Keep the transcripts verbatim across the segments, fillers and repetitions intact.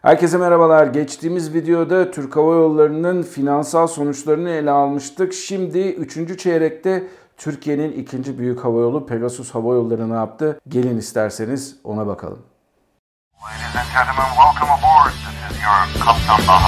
Herkese merhabalar. Geçtiğimiz videoda Türk Hava Yolları'nın finansal sonuçlarını ele almıştık. Şimdi üçüncü çeyrekte Türkiye'nin ikinci büyük havayolu Pegasus Hava Yolları ne yaptı? Gelin isterseniz ona bakalım. Ladies and gentlemen, welcome aboard. This is your Kaptan Baha.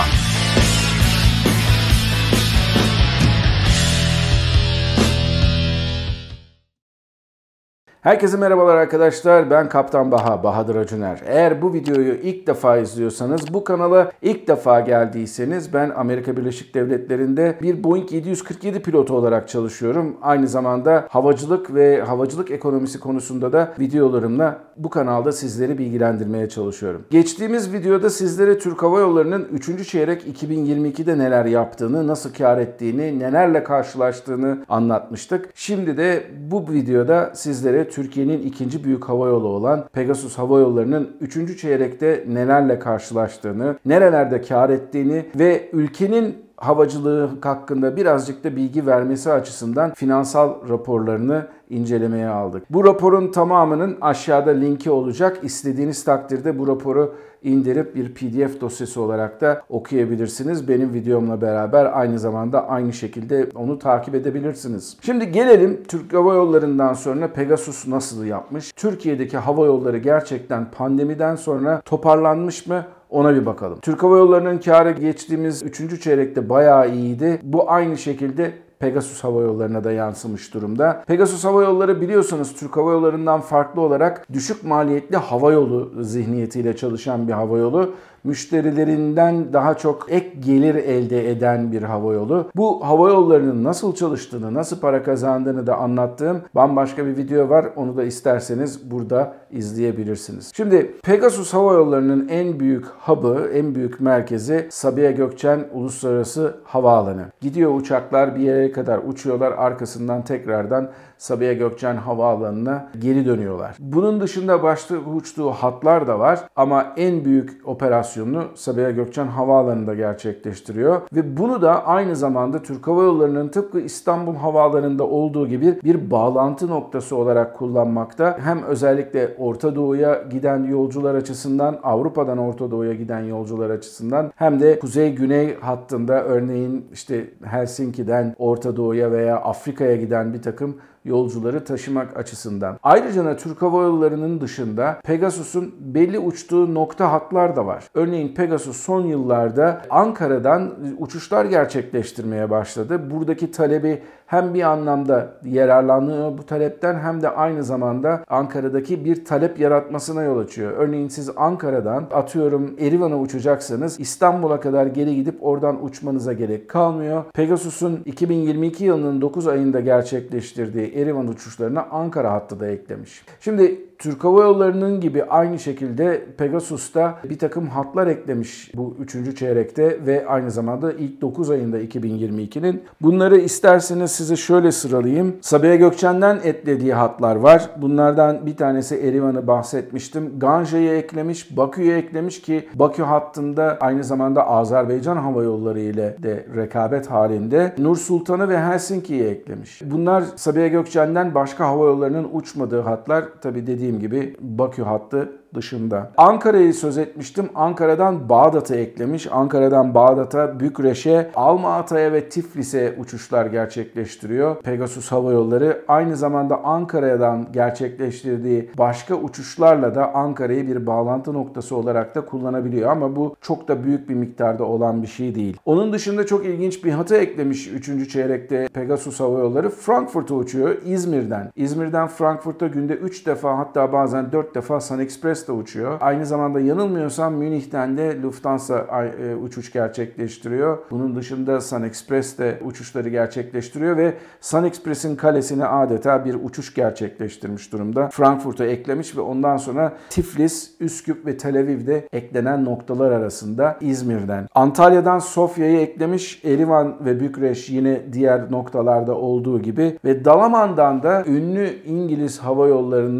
Herkese merhabalar arkadaşlar, ben Kaptan Baha, Bahadır Acuner. Eğer bu videoyu ilk defa izliyorsanız, bu kanala ilk defa geldiyseniz ben Amerika Birleşik Devletleri'nde bir Boeing yedi yüz kırk yedi pilotu olarak çalışıyorum. Aynı zamanda havacılık ve havacılık ekonomisi konusunda da videolarımla bu kanalda sizleri bilgilendirmeye çalışıyorum. Geçtiğimiz videoda sizlere Türk Hava Yolları'nın üçüncü çeyrek iki bin yirmi iki'de neler yaptığını, nasıl kar ettiğini, nelerle karşılaştığını anlatmıştık. Şimdi de bu videoda sizlere Türkiye'nin ikinci büyük havayolu olan Pegasus Hava Yolları'nın üçüncü çeyrekte nelerle karşılaştığını, nerelerde kar ettiğini ve ülkenin havacılığı hakkında birazcık da bilgi vermesi açısından finansal raporlarını incelemeye aldık. Bu raporun tamamının aşağıda linki olacak. İstediğiniz takdirde bu raporu indirip bir P D F dosyası olarak da okuyabilirsiniz. Benim videomla beraber aynı zamanda aynı şekilde onu takip edebilirsiniz. Şimdi gelelim Türk Hava Yolları'ndan sonra Pegasus nasıl yapmış? Türkiye'deki hava yolları gerçekten pandemiden sonra toparlanmış mı? Ona bir bakalım. Türk Hava Yolları'nın kârı geçtiğimiz üçüncü çeyrekte bayağı iyiydi. Bu aynı şekilde Pegasus Hava Yolları'na da yansımış durumda. Pegasus Hava Yolları biliyorsunuz Türk Hava Yolları'ndan farklı olarak düşük maliyetli hava yolu zihniyetiyle çalışan bir hava yolu. Müşterilerinden daha çok ek gelir elde eden bir hava yolu. Bu hava yollarının nasıl çalıştığını, nasıl para kazandığını da anlattığım bambaşka bir video var. Onu da isterseniz burada izleyebilirsiniz. Şimdi Pegasus Hava Yolları'nın en büyük hub'ı, en büyük merkezi Sabiha Gökçen Uluslararası Havaalanı. Gidiyor uçaklar bir yere kadar uçuyorlar, arkasından tekrardan Sabiha Gökçen Havaalanı'na geri dönüyorlar. Bunun dışında başta uçtuğu hatlar da var ama en büyük operasyonunu Sabiha Gökçen Havaalanı'nda gerçekleştiriyor ve bunu da aynı zamanda Türk Hava Yolları'nın tıpkı İstanbul Havaalanı'nda olduğu gibi bir bağlantı noktası olarak kullanmakta. Hem özellikle Orta Doğu'ya giden yolcular açısından, Avrupa'dan Orta Doğu'ya giden yolcular açısından hem de Kuzey-Güney hattında örneğin işte Helsinki'den Orta Doğu'ya veya Afrika'ya giden bir takım yolcuları taşımak açısından. Ayrıca Türk Hava Yolları'nın dışında Pegasus'un belli uçtuğu nokta hatlar da var. Örneğin Pegasus son yıllarda Ankara'dan uçuşlar gerçekleştirmeye başladı. Buradaki talebi hem bir anlamda yararlanıyor bu talepten hem de aynı zamanda Ankara'daki bir talep yaratmasına yol açıyor. Örneğin siz Ankara'dan atıyorum Erivan'a uçacaksanız İstanbul'a kadar geri gidip oradan uçmanıza gerek kalmıyor. Pegasus'un iki bin yirmi iki yılının dokuz ayında gerçekleştirdiği Erivan uçuşlarına Ankara hattı da eklemiş. Şimdi Türk Hava Yolları'nın gibi aynı şekilde Pegasus'ta bir takım hatlar eklemiş bu üçüncü çeyrekte ve aynı zamanda ilk dokuz ayında iki bin yirmi iki'nin. Bunları isterseniz size şöyle sıralayayım. Sabiha Gökçen'den eklediği hatlar var. Bunlardan bir tanesi Erivan'ı bahsetmiştim. Ganja'yı eklemiş, Bakü'yü eklemiş ki Bakü hattında aynı zamanda Azerbaycan Hava Yolları ile de rekabet halinde. Nur Sultan'ı ve Helsinki'yi eklemiş. Bunlar Sabiha Gökçen'den başka hava yollarının uçmadığı hatlar. Tabii dediğim gibi Bakü hattı dışında. Ankara'yı söz etmiştim. Ankara'dan Bağdat'ı eklemiş. Ankara'dan Bağdat'a, Bükreş'e, Alma-Ata'ya ve Tiflis'e uçuşlar gerçekleştiriyor Pegasus Hava Yolları. Aynı zamanda Ankara'dan gerçekleştirdiği başka uçuşlarla da Ankara'yı bir bağlantı noktası olarak da kullanabiliyor ama bu çok da büyük bir miktarda olan bir şey değil. Onun dışında çok ilginç bir hatı eklemiş üçüncü çeyrekte Pegasus Hava Yolları. Frankfurt'a uçuyor İzmir'den. İzmir'den Frankfurt'a günde üç defa hatta bazen dört defa SunExpress de uçuyor. Aynı zamanda yanılmıyorsam Münih'ten de Lufthansa uçuş gerçekleştiriyor. Bunun dışında SunExpress de uçuşları gerçekleştiriyor ve SunExpress'in kalesine adeta bir uçuş gerçekleştirmiş durumda. Frankfurt'a eklemiş ve ondan sonra Tiflis, Üsküp ve Tel Aviv'de eklenen noktalar arasında İzmir'den. Antalya'dan Sofya'yı eklemiş. Erivan ve Bükreş yine diğer noktalarda olduğu gibi ve Dalaman'dan da ünlü İngiliz hava yollarından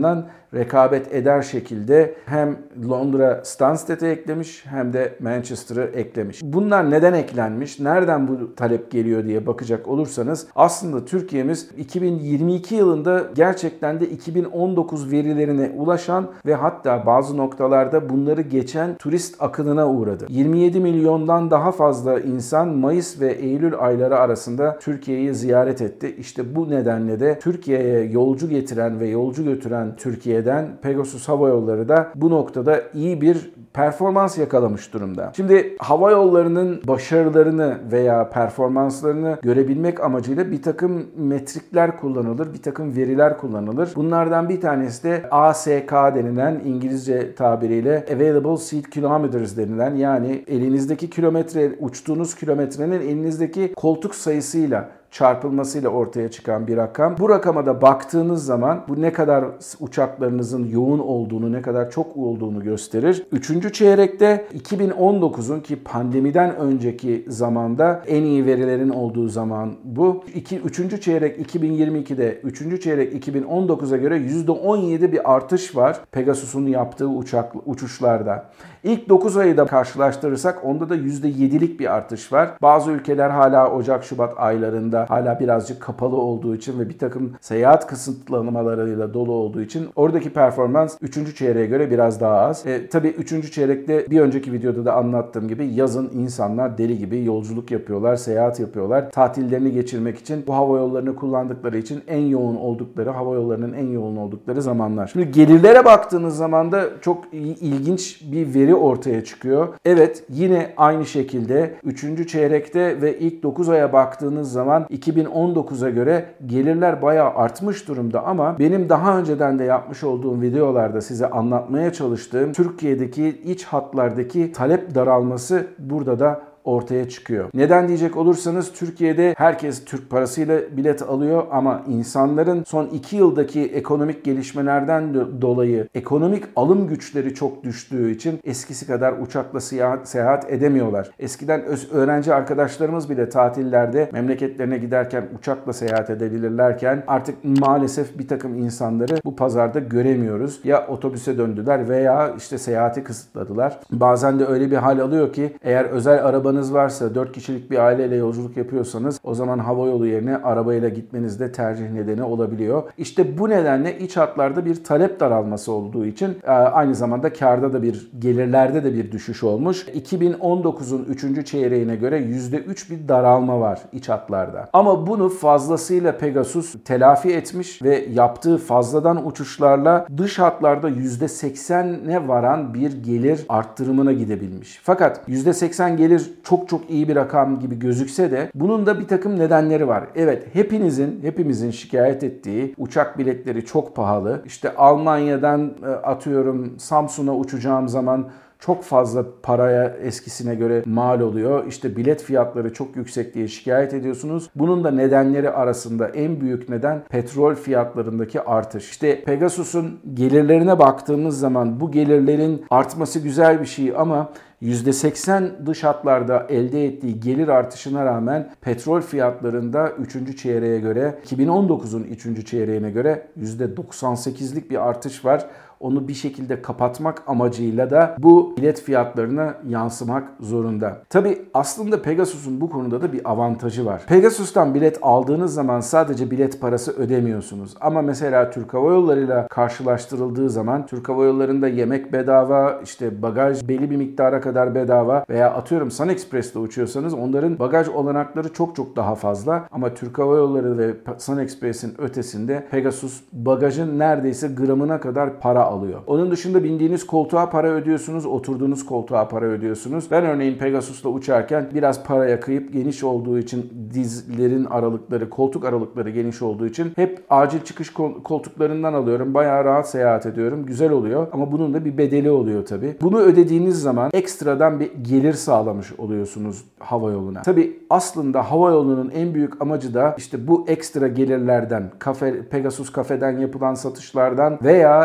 rekabet eder şekilde hem Londra Stansted'i eklemiş hem de Manchester'ı eklemiş. Bunlar neden eklenmiş? Nereden bu talep geliyor diye bakacak olursanız aslında Türkiye'miz iki bin yirmi iki yılında gerçekten de iki bin on dokuz verilerine ulaşan ve hatta bazı noktalarda bunları geçen turist akınına uğradı. yirmi yedi milyondan daha fazla insan Mayıs ve Eylül ayları arasında Türkiye'yi ziyaret etti. İşte bu nedenle de Türkiye'ye yolcu getiren ve yolcu götüren Türkiye'den Pegasus Hava Yolları da bu noktada iyi bir performans yakalamış durumda. Şimdi hava yollarının başarılarını veya performanslarını görebilmek amacıyla bir takım metrikler kullanılır, bir takım veriler kullanılır. Bunlardan bir tanesi de A S K denilen, İngilizce tabiriyle Available Seat Kilometers denilen, yani elinizdeki kilometre, uçtuğunuz kilometrenin elinizdeki koltuk sayısıyla çarpılmasıyla ortaya çıkan bir rakam. Bu rakama da baktığınız zaman bu ne kadar uçaklarınızın yoğun olduğunu, ne kadar çok olduğunu gösterir. Üçüncü çeyrekte iki bin on dokuzun, ki pandemiden önceki zamanda en iyi verilerin olduğu zaman bu. İki, üçüncü çeyrek iki bin yirmi ikide, üçüncü çeyrek iki bin on dokuza göre yüzde on yedi bir artış var Pegasus'un yaptığı uçak, uçuşlarda. İlk dokuz ayı da karşılaştırırsak onda da yüzde yedilik bir artış var. Bazı ülkeler hala Ocak-Şubat aylarında hala birazcık kapalı olduğu için ve bir takım seyahat kısıtlamalarıyla dolu olduğu için oradaki performans üçüncü çeyreğe göre biraz daha az. E, tabii üçüncü çeyrekte bir önceki videoda da anlattığım gibi yazın insanlar deli gibi yolculuk yapıyorlar, seyahat yapıyorlar. Tatillerini geçirmek için bu hava yollarını kullandıkları için en yoğun oldukları, hava yollarının en yoğun oldukları zamanlar. Şimdi gelirlere baktığınız zaman da çok ilginç bir veri ortaya çıkıyor. Evet, yine aynı şekilde üçüncü çeyrekte ve ilk dokuz aya baktığınız zaman iki bin on dokuza göre gelirler bayağı artmış durumda ama benim daha önceden de yapmış olduğum videolarda size anlatmaya çalıştığım Türkiye'deki iç hatlardaki talep daralması burada da ortaya çıkıyor. Neden diyecek olursanız Türkiye'de herkes Türk parasıyla bilet alıyor ama insanların son iki yıldaki ekonomik gelişmelerden dolayı ekonomik alım güçleri çok düştüğü için eskisi kadar uçakla seyahat, seyahat edemiyorlar. Eskiden öğrenci arkadaşlarımız bile tatillerde memleketlerine giderken uçakla seyahat edebilirlerken artık maalesef bir takım insanları bu pazarda göremiyoruz. Ya otobüse döndüler veya işte seyahati kısıtladılar. Bazen de öyle bir hal alıyor ki eğer özel arabanın varsa, dört kişilik bir aileyle yolculuk yapıyorsanız o zaman havayolu yerine arabayla gitmeniz de tercih nedeni olabiliyor. İşte bu nedenle iç hatlarda bir talep daralması olduğu için aynı zamanda karda da bir, gelirlerde de bir düşüş olmuş. iki bin on dokuzun üçüncü çeyreğine göre yüzde üç bir daralma var iç hatlarda. Ama bunu fazlasıyla Pegasus telafi etmiş ve yaptığı fazladan uçuşlarla dış hatlarda yüzde seksene varan bir gelir arttırımına gidebilmiş. Fakat yüzde seksen gelir çok çok iyi bir rakam gibi gözükse de bunun da bir takım nedenleri var. Evet, hepinizin, hepimizin şikayet ettiği uçak biletleri çok pahalı. İşte Almanya'dan atıyorum Samsun'a uçacağım zaman çok fazla paraya eskisine göre mal oluyor. İşte bilet fiyatları çok yüksek diye şikayet ediyorsunuz. Bunun da nedenleri arasında en büyük neden petrol fiyatlarındaki artış. İşte Pegasus'un gelirlerine baktığımız zaman bu gelirlerin artması güzel bir şey ama yüzde seksen dış hatlarda elde ettiği gelir artışına rağmen petrol fiyatlarında üçüncü çeyreğe göre iki bin on dokuzun üçüncü çeyreğine göre yüzde doksan sekizlik bir artış var. Onu bir şekilde kapatmak amacıyla da bu bilet fiyatlarına yansımak zorunda. Tabi aslında Pegasus'un bu konuda da bir avantajı var. Pegasus'tan bilet aldığınız zaman sadece bilet parası ödemiyorsunuz. Ama mesela Türk Hava Yolları'yla karşılaştırıldığı zaman Türk Hava Yolları'nda yemek bedava, işte bagaj belli bir miktara kadar bedava veya atıyorum Sun Express'te uçuyorsanız onların bagaj olanakları çok çok daha fazla. Ama Türk Hava Yolları ve Sun Express'in ötesinde Pegasus bagajın neredeyse gramına kadar para alıyor. Onun dışında bindiğiniz koltuğa para ödüyorsunuz, oturduğunuz koltuğa para ödüyorsunuz. Ben örneğin Pegasus'la uçarken biraz para yakayıp geniş olduğu için dizlerin aralıkları, koltuk aralıkları geniş olduğu için hep acil çıkış koltuklarından alıyorum. Bayağı rahat seyahat ediyorum. Güzel oluyor ama bunun da bir bedeli oluyor tabii. Bunu ödediğiniz zaman ekstradan bir gelir sağlamış oluyorsunuz havayoluna. Tabii aslında havayolunun en büyük amacı da işte bu ekstra gelirlerden, kafe, Pegasus kafeden yapılan satışlardan veya işte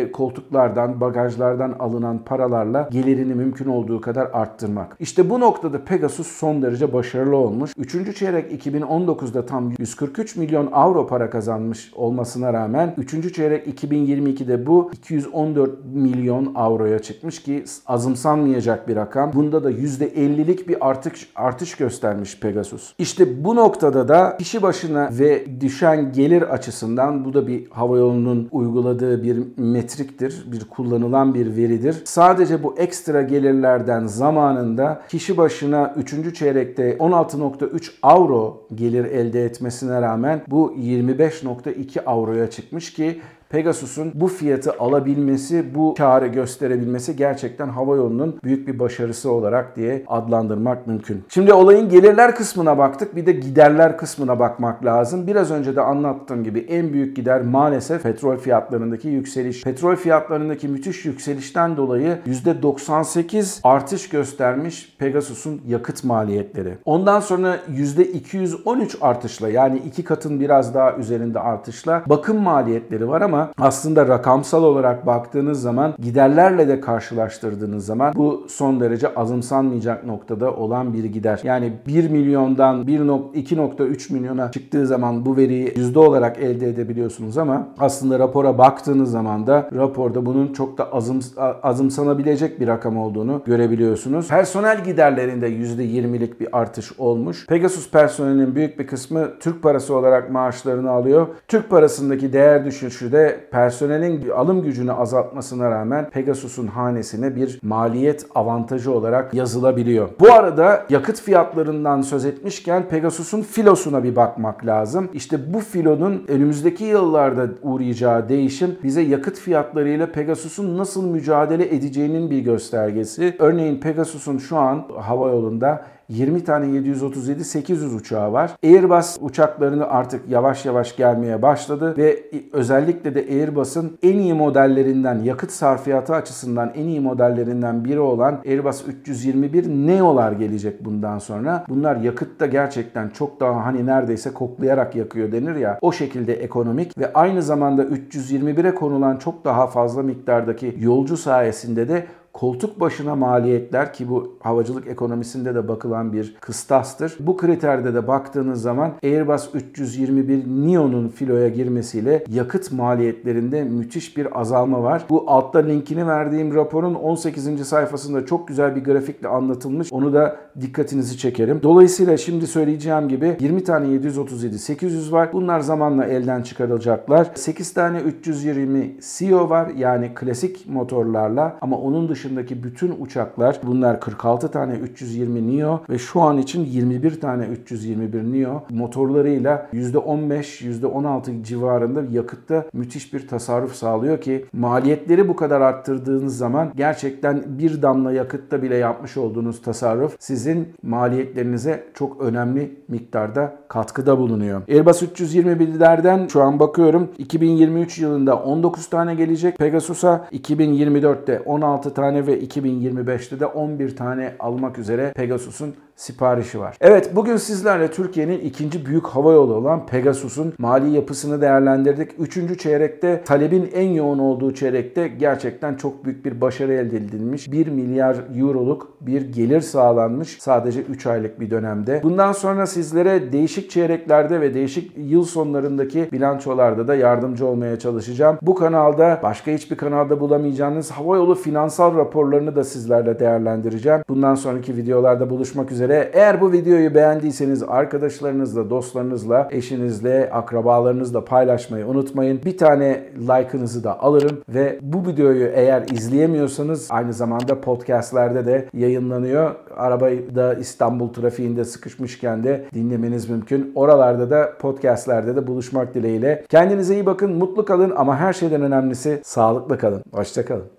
işte koltuklardan, bagajlardan alınan paralarla gelirini mümkün olduğu kadar arttırmak. İşte bu noktada Pegasus son derece başarılı olmuş. Üçüncü çeyrek iki bin on dokuzda tam yüz kırk üç milyon avro para kazanmış olmasına rağmen üçüncü çeyrek iki bin yirmi ikide bu iki yüz on dört milyon avroya çıkmış ki azımsanmayacak bir rakam. Bunda da yüzde ellilik bir artış, artış göstermiş Pegasus. İşte bu noktada da kişi başına ve düşen gelir açısından bu da bir havayolunun uyguladığı bir metriktir, bir kullanılan bir veridir. Sadece bu ekstra gelirlerden zamanında kişi başına üçüncü çeyrekte on altı nokta üç avro gelir elde etmesine rağmen bu yirmi beş nokta iki avroya çıkmış ki Pegasus'un bu fiyatı alabilmesi, bu kârı gösterebilmesi gerçekten havayolunun büyük bir başarısı olarak diye adlandırmak mümkün. Şimdi olayın gelirler kısmına baktık, bir de giderler kısmına bakmak lazım. Biraz önce de anlattığım gibi en büyük gider maalesef petrol fiyatlarındaki yükseliş. Petrol fiyatlarındaki müthiş yükselişten dolayı yüzde doksan sekiz artış göstermiş Pegasus'un yakıt maliyetleri. Ondan sonra yüzde iki yüz on üç artışla, yani iki katın biraz daha üzerinde artışla bakım maliyetleri var ama aslında rakamsal olarak baktığınız zaman, giderlerle de karşılaştırdığınız zaman bu son derece azımsanmayacak noktada olan bir gider. Yani bir milyondan iki nokta üç milyona çıktığı zaman bu veriyi yüzde olarak elde edebiliyorsunuz ama aslında rapora baktığınız zaman da raporda bunun çok da azım, azımsanabilecek bir rakam olduğunu görebiliyorsunuz. Personel giderlerinde yüzde yirmilik bir artış olmuş. Pegasus personelinin büyük bir kısmı Türk parası olarak maaşlarını alıyor. Türk parasındaki değer düşüşü de personelin alım gücünü azaltmasına rağmen Pegasus'un hanesine bir maliyet avantajı olarak yazılabiliyor. Bu arada yakıt fiyatlarından söz etmişken Pegasus'un filosuna bir bakmak lazım. İşte bu filonun önümüzdeki yıllarda uğrayacağı değişim bize yakıt fiyatlarıyla Pegasus'un nasıl mücadele edeceğinin bir göstergesi. Örneğin Pegasus'un şu an havayolunda yirmi tane yedi yüz otuz yedi sekiz yüz uçağı var. Airbus uçaklarını artık yavaş yavaş gelmeye başladı ve özellikle de Airbus'un en iyi modellerinden, yakıt sarfiyatı açısından en iyi modellerinden biri olan Airbus üç yüz yirmi bir Neo'lar gelecek bundan sonra. Bunlar yakıtta gerçekten çok daha, hani neredeyse koklayarak yakıyor denir ya, o şekilde ekonomik ve aynı zamanda üç yüz yirmi bire konulan çok daha fazla miktardaki yolcu sayesinde de koltuk başına maliyetler, ki bu havacılık ekonomisinde de bakılan bir kıstastır. Bu kriterde de baktığınız zaman Airbus üç yüz yirmi bir Neo'nun filoya girmesiyle yakıt maliyetlerinde müthiş bir azalma var. Bu altta linkini verdiğim raporun on sekizinci sayfasında çok güzel bir grafikle anlatılmış. Onu da dikkatinizi çekerim. Dolayısıyla şimdi söyleyeceğim gibi yirmi tane yedi yüz otuz yedi sekiz yüz var. Bunlar zamanla elden çıkarılacaklar. sekiz tane üç yüz yirmi C E O var, yani klasik motorlarla, ama onun dışında dışındaki bütün uçaklar, bunlar kırk altı tane üç yüz yirmi Neo ve şu an için yirmi bir tane üç yüz yirmi bir Neo motorlarıyla yüzde on beş yüzde on altı civarında yakıtta müthiş bir tasarruf sağlıyor ki maliyetleri bu kadar arttırdığınız zaman gerçekten bir damla yakıtta bile yapmış olduğunuz tasarruf sizin maliyetlerinize çok önemli miktarda katkıda bulunuyor. Airbus üç yüz yirmi birlerden şu an bakıyorum iki bin yirmi üç yılında on dokuz tane gelecek Pegasus'a, iki bin yirmi dörtte on altı tane ve iki bin yirmi beşte de on bir tane almak üzere Pegasus'un siparişi var. Evet, bugün sizlerle Türkiye'nin ikinci büyük havayolu olan Pegasus'un mali yapısını değerlendirdik. Üçüncü çeyrekte, talebin en yoğun olduğu çeyrekte gerçekten çok büyük bir başarı elde edilmiş. bir milyar euroluk bir gelir sağlanmış sadece üç aylık bir dönemde. Bundan sonra sizlere değişik çeyreklerde ve değişik yıl sonlarındaki bilançolarda da yardımcı olmaya çalışacağım. Bu kanalda başka hiçbir kanalda bulamayacağınız havayolu finansal raporlarını da sizlerle değerlendireceğim. Bundan sonraki videolarda buluşmak üzere. Eğer bu videoyu beğendiyseniz arkadaşlarınızla, dostlarınızla, eşinizle, akrabalarınızla paylaşmayı unutmayın. Bir tane like'ınızı da alırım ve bu videoyu eğer izleyemiyorsanız aynı zamanda podcastlerde de yayınlanıyor. Arabayı İstanbul trafiğinde sıkışmışken de dinlemeniz mümkün. Oralarda da, podcastlerde de buluşmak dileğiyle. Kendinize iyi bakın, mutlu kalın ama her şeyden önemlisi sağlıklı kalın. Hoşça kalın.